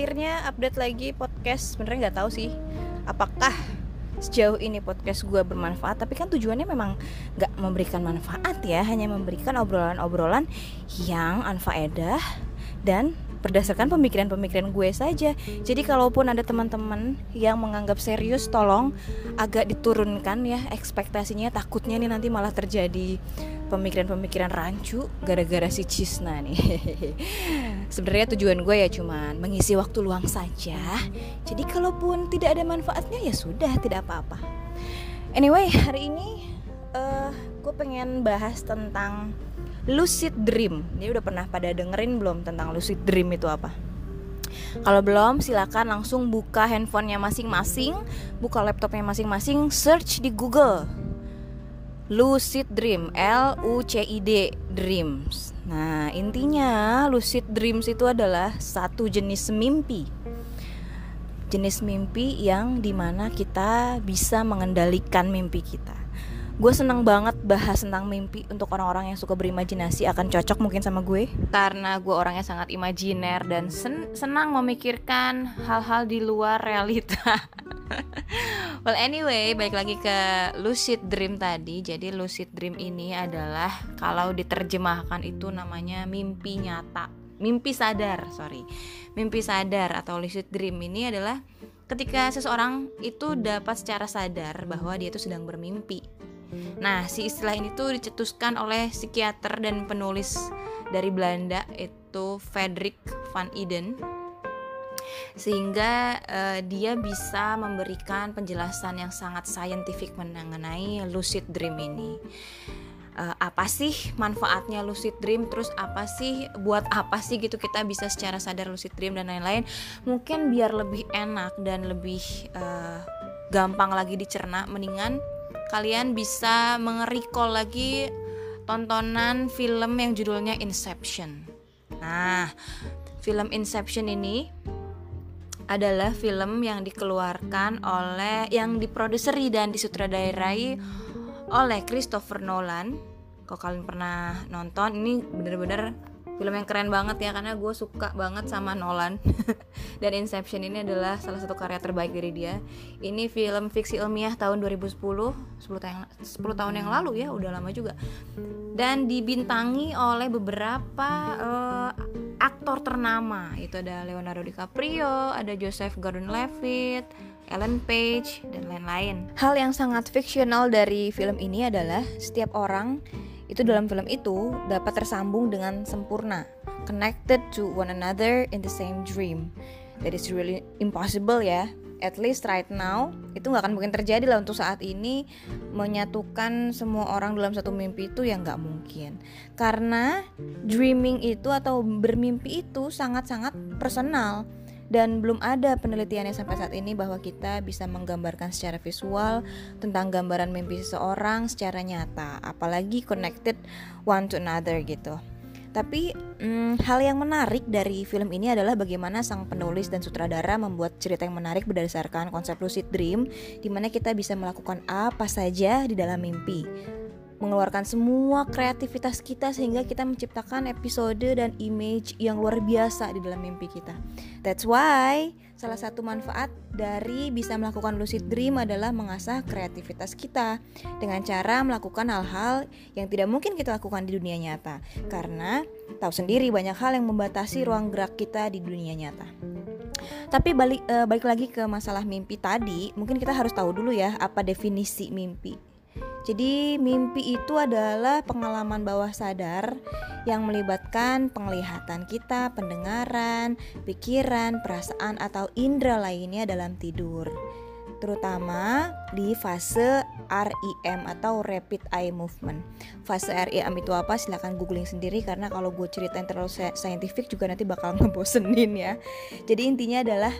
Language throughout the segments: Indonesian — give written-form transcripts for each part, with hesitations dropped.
akhirnya update lagi podcast. Sebenarnya nggak tahu sih apakah sejauh ini podcast gue bermanfaat, tapi kan tujuannya memang nggak memberikan manfaat ya, hanya memberikan obrolan-obrolan yang anfaedah dan berdasarkan pemikiran-pemikiran gue saja. Jadi kalaupun ada teman-teman yang menganggap serius, tolong agak diturunkan ya ekspektasinya. Takutnya nih nanti malah terjadi pemikiran-pemikiran rancu gara-gara si Cisna nih. Sebenarnya tujuan gue ya cuman mengisi waktu luang saja. Jadi kalaupun tidak ada manfaatnya ya sudah, tidak apa-apa. Anyway, hari ini gue pengen bahas tentang lucid dream. Jadi udah pernah pada dengerin belum tentang lucid dream itu apa? Kalau belum, silakan langsung buka handphonenya masing-masing, buka laptopnya masing-masing, search di Google lucid dream, LUCID dreams. Nah, intinya lucid dreams itu adalah satu jenis mimpi. Jenis mimpi yang dimana kita bisa mengendalikan mimpi kita. Gue seneng banget bahas tentang mimpi. Untuk orang-orang yang suka berimajinasi akan cocok mungkin sama gue, karena gue orangnya sangat imajiner dan senang memikirkan hal-hal di luar realita. Well anyway, balik lagi ke lucid dream tadi. Jadi lucid dream ini adalah, kalau diterjemahkan itu namanya mimpi nyata, mimpi sadar atau lucid dream ini adalah ketika seseorang itu dapat secara sadar bahwa dia itu sedang bermimpi. Nah, si istilah ini tuh dicetuskan oleh psikiater dan penulis dari Belanda, itu Frederik van Eden, sehingga dia bisa memberikan penjelasan yang sangat saintifik mengenai lucid dream ini. Apa sih manfaatnya lucid dream, terus buat apa sih gitu kita bisa secara sadar lucid dream dan lain-lain. Mungkin biar lebih enak dan lebih gampang lagi dicerna, mendingan kalian bisa menge-recall lagi tontonan film yang judulnya Inception. Nah, film Inception ini adalah film yang dikeluarkan yang diproduseri dan disutradarai oleh Christopher Nolan. Kalau kalian pernah nonton, ini bener-bener film yang keren banget ya, karena gue suka banget sama Nolan. Dan Inception ini adalah salah satu karya terbaik dari dia. Ini film fiksi ilmiah tahun 2010, 10 tahun yang lalu ya, udah lama juga. Dan dibintangi oleh beberapa aktor ternama. Itu ada Leonardo DiCaprio, ada Joseph Gordon-Levitt, Ellen Page, dan lain-lain. Hal yang sangat fiksional dari film ini adalah setiap orang itu dalam film itu dapat tersambung dengan sempurna, connected to one another in the same dream. That is really impossible ya. At least right now itu gak akan mungkin terjadi lah. Untuk saat ini menyatukan semua orang dalam satu mimpi itu ya gak mungkin. Karena dreaming itu atau bermimpi itu sangat-sangat personal. Dan belum ada penelitiannya sampai saat ini bahwa kita bisa menggambarkan secara visual tentang gambaran mimpi seseorang secara nyata, apalagi connected one to another gitu. Tapi hal yang menarik dari film ini adalah bagaimana sang penulis dan sutradara membuat cerita yang menarik berdasarkan konsep lucid dream, di mana kita bisa melakukan apa saja di dalam mimpi, mengeluarkan semua kreativitas kita sehingga kita menciptakan episode dan image yang luar biasa di dalam mimpi kita. That's why salah satu manfaat dari bisa melakukan lucid dream adalah mengasah kreativitas kita dengan cara melakukan hal-hal yang tidak mungkin kita lakukan di dunia nyata. Karena tahu sendiri banyak hal yang membatasi ruang gerak kita di dunia nyata. Tapi balik lagi ke masalah mimpi tadi, mungkin kita harus tahu dulu ya apa definisi mimpi. Jadi mimpi itu adalah pengalaman bawah sadar yang melibatkan penglihatan kita, pendengaran, pikiran, perasaan atau indera lainnya dalam tidur. Terutama di fase REM atau Rapid Eye Movement. Fase REM itu apa? Silakan googling sendiri, karena kalau gue ceritain terlalu saintifik juga nanti bakal ngebosenin ya. Jadi intinya adalah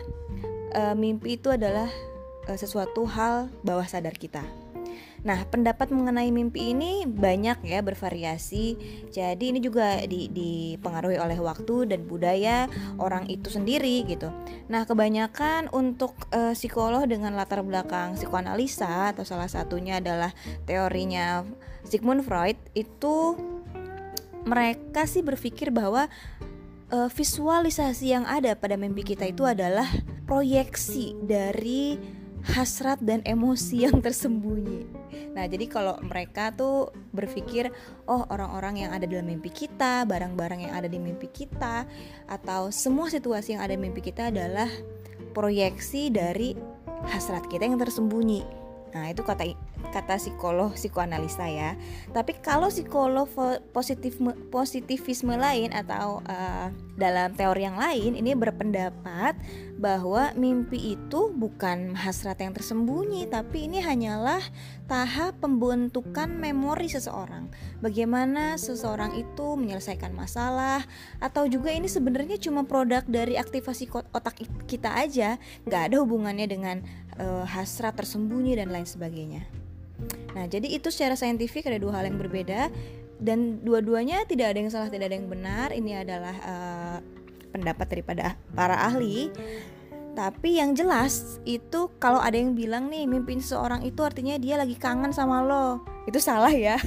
mimpi itu adalah sesuatu hal bawah sadar kita. Nah, pendapat mengenai mimpi ini banyak ya, bervariasi. Jadi ini juga dipengaruhi oleh waktu dan budaya orang itu sendiri gitu. Nah, kebanyakan untuk psikolog dengan latar belakang psikoanalisa, atau salah satunya adalah teorinya Sigmund Freud, itu mereka sih berpikir bahwa visualisasi yang ada pada mimpi kita itu adalah proyeksi dari hasrat dan emosi yang tersembunyi. Nah, jadi kalau mereka tuh berpikir, oh orang-orang yang ada dalam mimpi kita, barang-barang yang ada di mimpi kita, atau semua situasi yang ada di mimpi kita adalah proyeksi dari hasrat kita yang tersembunyi. Nah, itu kata psikolog psikoanalisa ya. Tapi kalau psikolog positivisme lain atau dalam teori yang lain, ini berpendapat bahwa mimpi itu bukan hasrat yang tersembunyi, tapi ini hanyalah tahap pembentukan memori seseorang. Bagaimana seseorang itu menyelesaikan masalah, atau juga ini sebenarnya cuma produk dari aktivasi otak kita aja, nggak ada hubungannya dengan hasrat tersembunyi dan lain sebagainya. Nah, jadi itu secara saintifik ada dua hal yang berbeda, dan dua-duanya tidak ada yang salah, tidak ada yang benar. Ini adalah pendapat daripada para ahli. Tapi yang jelas itu kalau ada yang bilang nih mimpiin seseorang itu artinya dia lagi kangen sama lo, itu salah ya.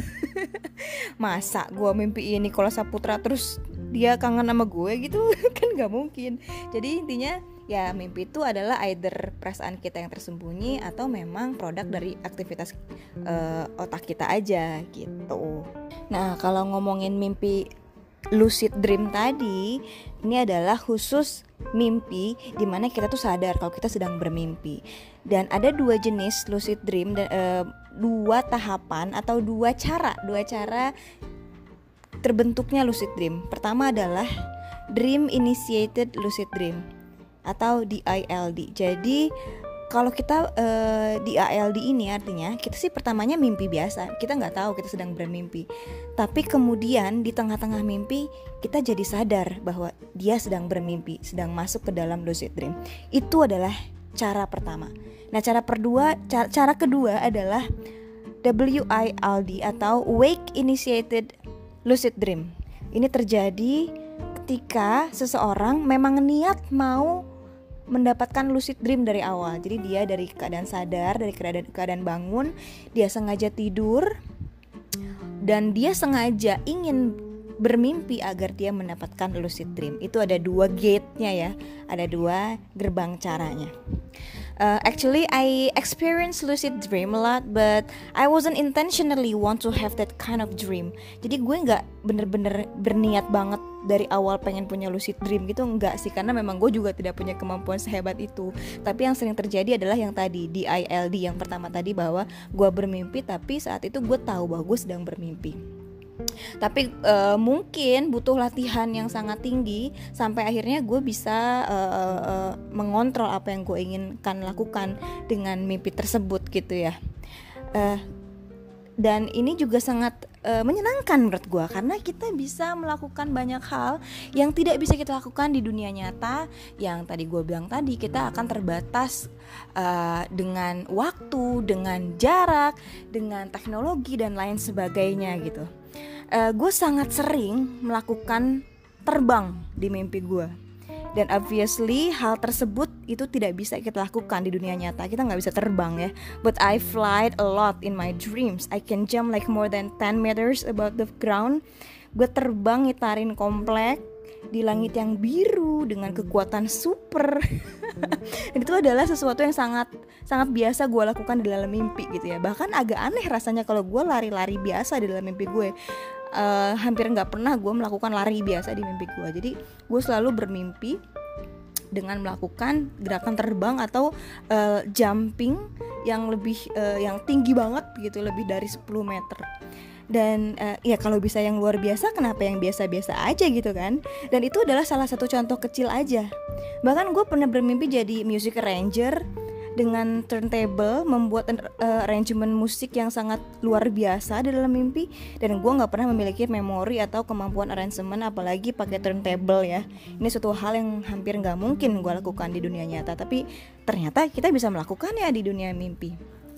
Masa gue mimpiin Nicholas Saputra terus dia kangen sama gue gitu? Kan gak mungkin. Jadi intinya ya mimpi itu adalah either perasaan kita yang tersembunyi atau memang produk dari aktivitas otak kita aja gitu. Nah, kalau ngomongin mimpi lucid dream tadi, ini adalah khusus mimpi di mana kita tuh sadar kalau kita sedang bermimpi. Dan ada dua jenis lucid dream, dua tahapan atau dua cara terbentuknya lucid dream. Pertama adalah dream initiated lucid dream atau DILD. Jadi kalau kita DILD ini artinya kita sih pertamanya mimpi biasa, kita nggak tahu kita sedang bermimpi. Tapi kemudian di tengah-tengah mimpi kita jadi sadar bahwa dia sedang bermimpi, sedang masuk ke dalam lucid dream. Itu adalah cara pertama. Nah, cara kedua adalah WILD atau Wake Initiated Lucid Dream. Ini terjadi ketika seseorang memang niat mau mendapatkan lucid dream dari awal. Jadi dia dari keadaan sadar, dari keadaan bangun, dia sengaja tidur dan dia sengaja ingin bermimpi agar dia mendapatkan lucid dream. Itu ada dua gate-nya ya, ada dua gerbang caranya. Actually I experienced lucid dream a lot, but I wasn't intentionally want to have that kind of dream. Jadi gue nggak bener-bener berniat banget dari awal pengen punya lucid dream gitu, nggak sih, karena memang gue juga tidak punya kemampuan sehebat itu. Tapi yang sering terjadi adalah yang tadi DILD, yang pertama tadi, bahwa gue bermimpi tapi saat itu gue tahu bahwa gue sedang bermimpi. Tapi mungkin butuh latihan yang sangat tinggi sampai akhirnya gue bisa mengontrol apa yang gue inginkan lakukan dengan mimpi tersebut gitu ya. Dan ini juga sangat menyenangkan menurut gue, karena kita bisa melakukan banyak hal yang tidak bisa kita lakukan di dunia nyata. Yang tadi gue bilang tadi, kita akan terbatas dengan waktu, dengan jarak, dengan teknologi dan lain sebagainya gitu. Gue sangat sering melakukan terbang di mimpi gue. Dan obviously hal tersebut itu tidak bisa kita lakukan di dunia nyata. Kita gak bisa terbang ya. But I fly a lot in my dreams. I can jump like more than 10 meters above the ground. Gue terbang ngitarin komplek di langit yang biru dengan kekuatan super. Dan itu adalah sesuatu yang sangat biasa gue lakukan di dalam mimpi gitu ya. Bahkan agak aneh rasanya kalau gue lari-lari biasa di dalam mimpi gue. Hampir gak pernah gue melakukan lari biasa di mimpi gue. Jadi gue selalu bermimpi dengan melakukan gerakan terbang atau jumping yang lebih yang tinggi banget gitu, lebih dari 10 meter. Dan ya kalau bisa yang luar biasa, kenapa yang biasa-biasa aja gitu kan. Dan itu adalah salah satu contoh kecil aja. Bahkan gue pernah bermimpi jadi music arranger dengan turntable, membuat arrangement musik yang sangat luar biasa di dalam mimpi. Dan gue gak pernah memiliki memori atau kemampuan arrangement, apalagi pakai turntable ya. Ini suatu hal yang hampir gak mungkin gue lakukan di dunia nyata, tapi ternyata kita bisa melakukannya di dunia mimpi.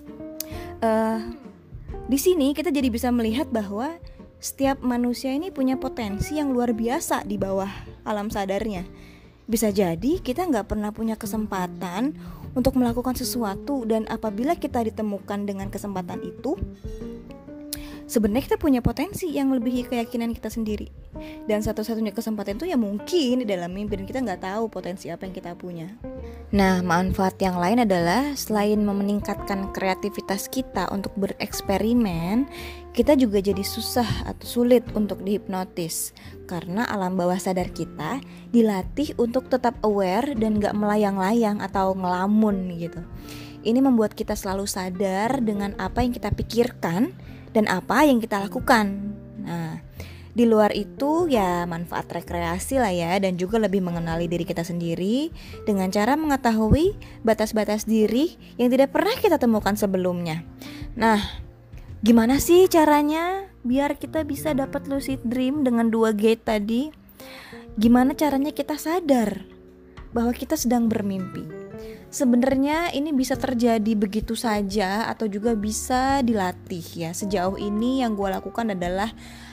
Di sini kita jadi bisa melihat bahwa setiap manusia ini punya potensi yang luar biasa di bawah alam sadarnya. Bisa jadi kita gak pernah punya kesempatan untuk melakukan sesuatu, dan apabila kita ditemukan dengan kesempatan itu, sebenarnya kita punya potensi yang melebihi keyakinan kita sendiri. Dan satu-satunya kesempatan itu ya mungkin di dalam mimpi, dan kita nggak tahu potensi apa yang kita punya. Nah, manfaat yang lain adalah selain meningkatkan kreativitas kita untuk bereksperimen, kita juga jadi susah atau sulit untuk dihipnotis karena alam bawah sadar kita dilatih untuk tetap aware dan gak melayang-layang atau ngelamun gitu. Ini membuat kita selalu sadar dengan apa yang kita pikirkan dan apa yang kita lakukan. Nah, di luar itu ya manfaat rekreasi lah ya, dan juga lebih mengenali diri kita sendiri dengan cara mengetahui batas-batas diri yang tidak pernah kita temukan sebelumnya. Nah, gimana sih caranya biar kita bisa dapat lucid dream dengan 2 gate tadi? Gimana caranya kita sadar bahwa kita sedang bermimpi? Sebenarnya ini bisa terjadi begitu saja atau juga bisa dilatih ya. Sejauh ini yang gue lakukan adalah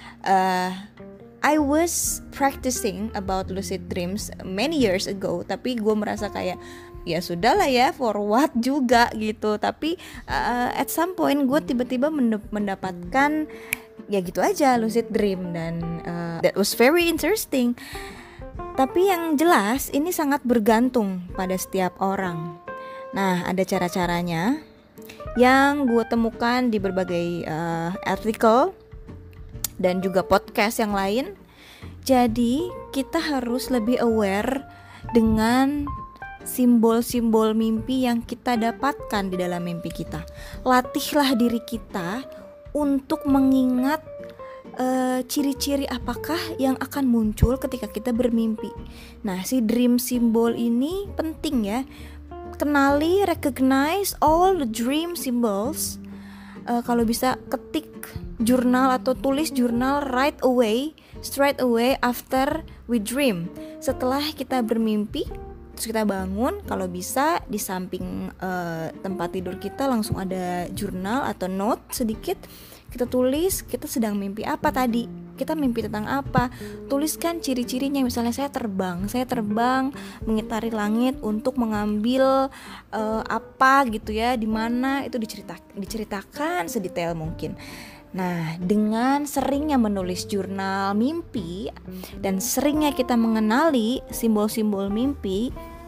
I was practicing about lucid dreams many years ago, tapi gue merasa kayak ya sudahlah ya, for what juga gitu. Tapi at some point gue tiba-tiba mendapatkan ya gitu aja lucid dream, dan that was very interesting. Tapi yang jelas ini sangat bergantung pada setiap orang. Nah, ada cara-caranya yang gue temukan di berbagai artikel dan juga podcast yang lain. Jadi kita harus lebih aware dengan simbol-simbol mimpi yang kita dapatkan di dalam mimpi kita. Latihlah diri kita untuk mengingat ciri-ciri apakah yang akan muncul ketika kita bermimpi. Nah, si dream symbol ini penting ya. Kenali, recognize all the dream symbols. Kalau bisa ketik jurnal atau tulis jurnal straight away after we dream. Setelah kita bermimpi, terus kita bangun, kalau bisa di samping tempat tidur kita langsung ada jurnal atau note sedikit. Kita tulis kita sedang mimpi apa tadi, kita mimpi tentang apa. Tuliskan ciri-cirinya, misalnya saya terbang mengitari langit untuk mengambil apa gitu ya, di mana itu diceritakan sedetail mungkin. Nah, dengan seringnya menulis jurnal mimpi dan seringnya kita mengenali simbol-simbol mimpi,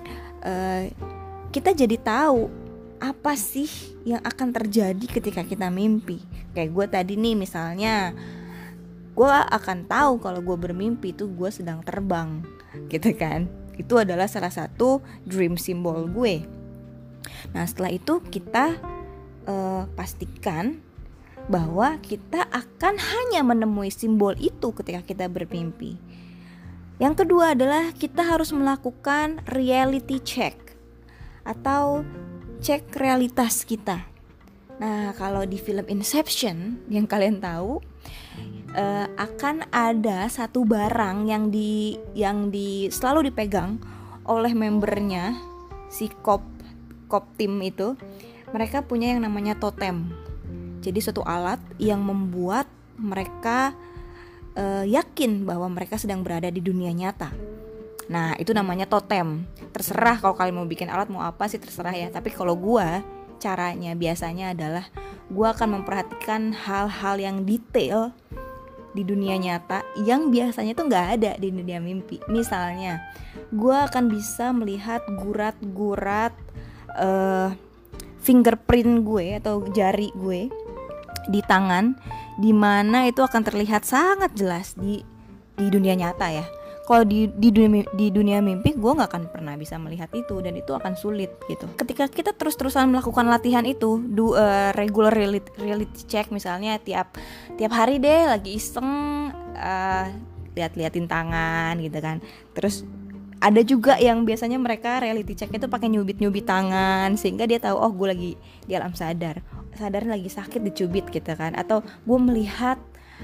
kita jadi tahu apa sih yang akan terjadi ketika kita mimpi. Kayak gue tadi nih misalnya, gue akan tahu kalau gue bermimpi itu gue sedang terbang gitu kan. Itu adalah salah satu dream symbol gue. Nah, setelah itu kita pastikan bahwa kita akan hanya menemui simbol itu ketika kita bermimpi. Yang kedua adalah kita harus melakukan reality check atau cek realitas kita. Nah, kalau di film Inception yang kalian tahu, akan ada satu barang yang selalu dipegang oleh membernya, si cop tim itu. Mereka punya yang namanya totem. Jadi suatu alat yang membuat mereka yakin bahwa mereka sedang berada di dunia nyata. Nah, itu namanya totem. Terserah kalau kalian mau bikin alat mau apa sih, terserah ya. Tapi kalau gue, caranya biasanya adalah gue akan memperhatikan hal-hal yang detail di dunia nyata yang biasanya tuh gak ada di dunia mimpi. Misalnya, gue akan bisa melihat gurat-gurat fingerprint gue atau jari gue di tangan, dimana itu akan terlihat sangat jelas di dunia nyata ya. Kalau di dunia mimpi gue gak akan pernah bisa melihat itu, dan itu akan sulit gitu. Ketika kita terus-terusan melakukan latihan itu, regular reality check, misalnya tiap hari deh lagi iseng lihat-lihatin tangan gitu kan. Terus ada juga yang biasanya mereka reality check itu pakai nyubit tangan, sehingga dia tahu oh gue lagi di alam sadar lagi sakit dicubit gitu kan. Atau gue melihat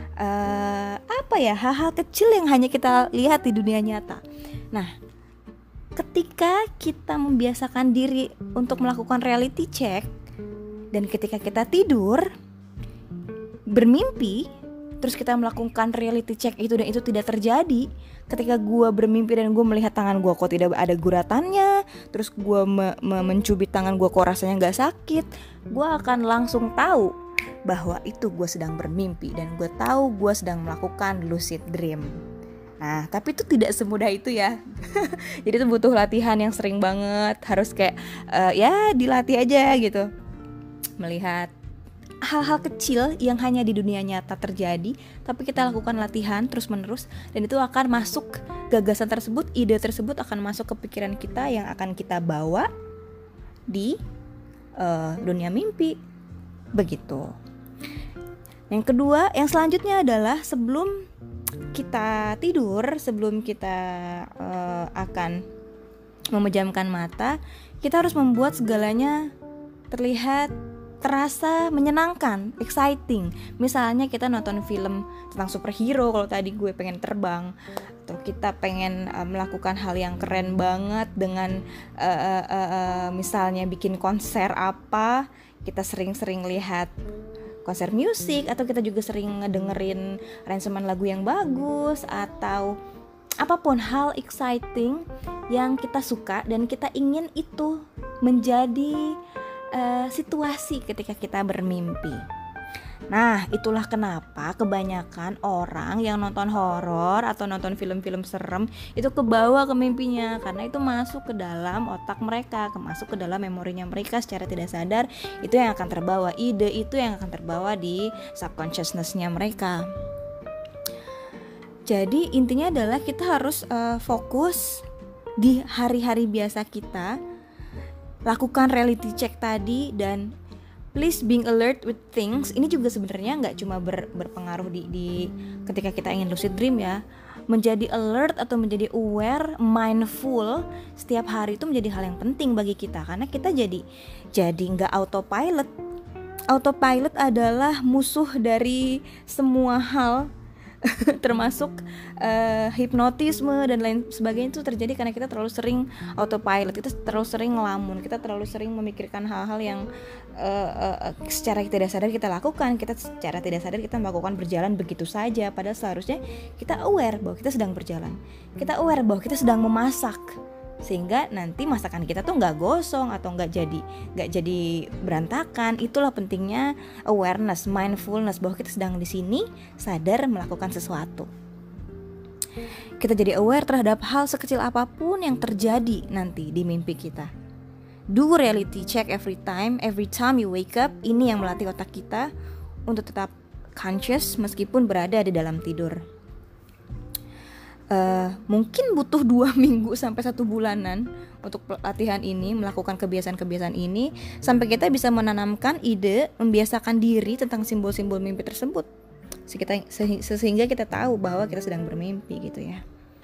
hal-hal kecil yang hanya kita lihat di dunia nyata. Nah, ketika kita membiasakan diri untuk melakukan reality check, dan ketika kita tidur bermimpi, terus kita melakukan reality check itu dan itu tidak terjadi. Ketika gue bermimpi dan gue melihat tangan gue kok tidak ada guratannya, terus gue mencubit tangan gue kok rasanya gak sakit, gue akan langsung tahu bahwa itu gue sedang bermimpi dan gue tahu gue sedang melakukan lucid dream. Nah, tapi itu tidak semudah itu ya. Jadi itu butuh latihan yang sering banget, harus kayak ya dilatih aja gitu. Melihat hal-hal kecil yang hanya di dunia nyata terjadi, tapi kita lakukan latihan terus-menerus, dan itu akan masuk, gagasan tersebut, ide tersebut akan masuk ke pikiran kita yang akan kita bawa di dunia mimpi. Begitu. Yang kedua, yang selanjutnya adalah sebelum kita tidur, sebelum kita akan memejamkan mata, kita harus membuat segalanya terlihat terasa menyenangkan, exciting. Misalnya kita nonton film tentang superhero, kalau tadi gue pengen terbang, atau kita pengen melakukan hal yang keren banget dengan misalnya bikin konser apa, kita sering-sering lihat konser musik, atau kita juga sering ngedengerin aransemen lagu yang bagus, atau apapun hal exciting yang kita suka dan kita ingin itu menjadi situasi ketika kita bermimpi. Nah, itulah kenapa kebanyakan orang yang nonton horor atau nonton film-film serem itu kebawa ke mimpinya, karena itu masuk ke dalam otak mereka, masuk ke dalam memorinya mereka secara tidak sadar. Itu yang akan terbawa, ide itu yang akan terbawa di subconsciousness-nya mereka. Jadi intinya adalah kita harus fokus di hari-hari biasa kita, lakukan reality check tadi, dan please being alert with things. Ini juga sebenarnya nggak cuma berpengaruh di ketika kita ingin lucid dream ya. Menjadi alert atau menjadi aware, mindful setiap hari itu menjadi hal yang penting bagi kita, karena kita jadi nggak autopilot. Autopilot adalah musuh dari semua hal termasuk hipnotisme dan lain sebagainya. Itu terjadi karena kita terlalu sering autopilot, kita terlalu sering ngelamun, kita terlalu sering memikirkan hal-hal yang secara tidak sadar kita lakukan. Kita secara tidak sadar kita melakukan berjalan begitu saja, padahal seharusnya kita aware bahwa kita sedang berjalan, kita aware bahwa kita sedang memasak, sehingga nanti masakan kita tuh nggak gosong atau nggak jadi berantakan. Itulah pentingnya awareness, mindfulness, bahwa kita sedang di sini sadar melakukan sesuatu. Kita jadi aware terhadap hal sekecil apapun yang terjadi nanti di mimpi kita. Do reality check every time you wake up. Ini yang melatih otak kita untuk tetap conscious meskipun berada di dalam tidur. Mungkin butuh 2 minggu sampai 1 bulanan untuk latihan ini, melakukan kebiasaan-kebiasaan ini, sampai kita bisa menanamkan ide, membiasakan diri tentang simbol-simbol mimpi tersebut, sehingga kita tahu bahwa kita sedang bermimpi gitu ya.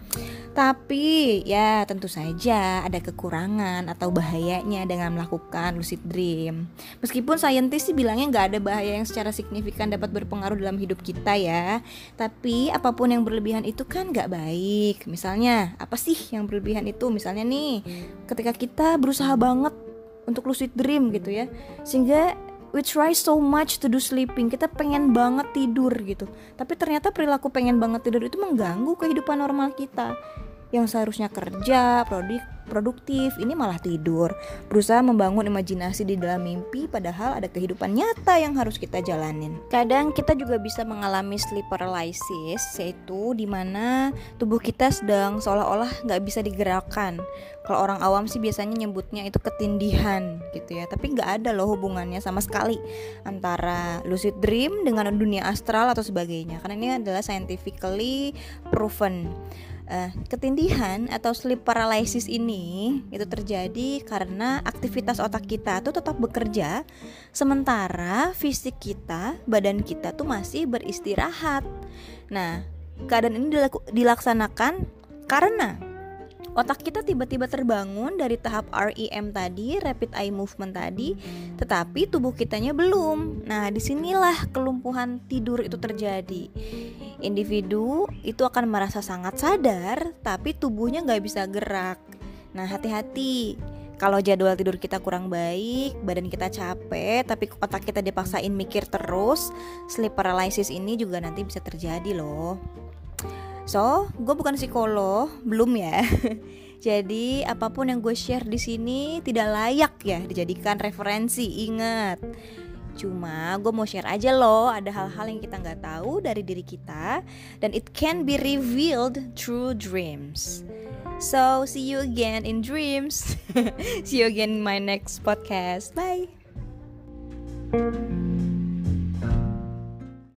Tapi ya tentu saja ada kekurangan atau bahayanya dengan melakukan lucid dream. Meskipun saintis sih bilangnya gak ada bahaya yang secara signifikan dapat berpengaruh dalam hidup kita ya, tapi apapun yang berlebihan itu kan gak baik. Misalnya apa sih yang berlebihan itu? Misalnya nih, ketika kita berusaha banget untuk lucid dream gitu ya, sehingga we try so much to do sleeping, kita pengen banget tidur gitu, tapi ternyata perilaku pengen banget tidur itu mengganggu kehidupan normal kita yang seharusnya kerja, produktif, ini malah tidur, berusaha membangun imajinasi di dalam mimpi, padahal ada kehidupan nyata yang harus kita jalanin. Kadang kita juga bisa mengalami sleep paralysis, yaitu dimana tubuh kita sedang seolah-olah gak bisa digerakkan. Kalau orang awam sih biasanya nyebutnya itu ketindihan gitu ya, tapi gak ada loh hubungannya sama sekali antara lucid dream dengan dunia astral atau sebagainya, karena ini adalah scientifically proven. Ketindihan atau sleep paralysis ini itu terjadi karena aktivitas otak kita tuh tetap bekerja, sementara fisik kita, badan kita tuh masih beristirahat. Nah, keadaan ini dilaksanakan karena otak kita tiba-tiba terbangun dari tahap REM tadi, rapid eye movement tadi, tetapi tubuh kitanya belum. Nah, disinilah kelumpuhan tidur itu terjadi. Individu itu akan merasa sangat sadar, tapi tubuhnya nggak bisa gerak. Nah, hati-hati. Kalau jadwal tidur kita kurang baik, badan kita capek, tapi otak kita dipaksain mikir terus, sleep paralysis ini juga nanti bisa terjadi loh. So, gue bukan psikolog, belum ya. Jadi apapun yang gue share di sini tidak layak ya dijadikan referensi. Ingat, Cuma gue mau share aja loh, ada hal-hal yang kita nggak tahu dari diri kita, dan it can be revealed through dreams. So see you again in dreams. See you again in my next podcast. Bye.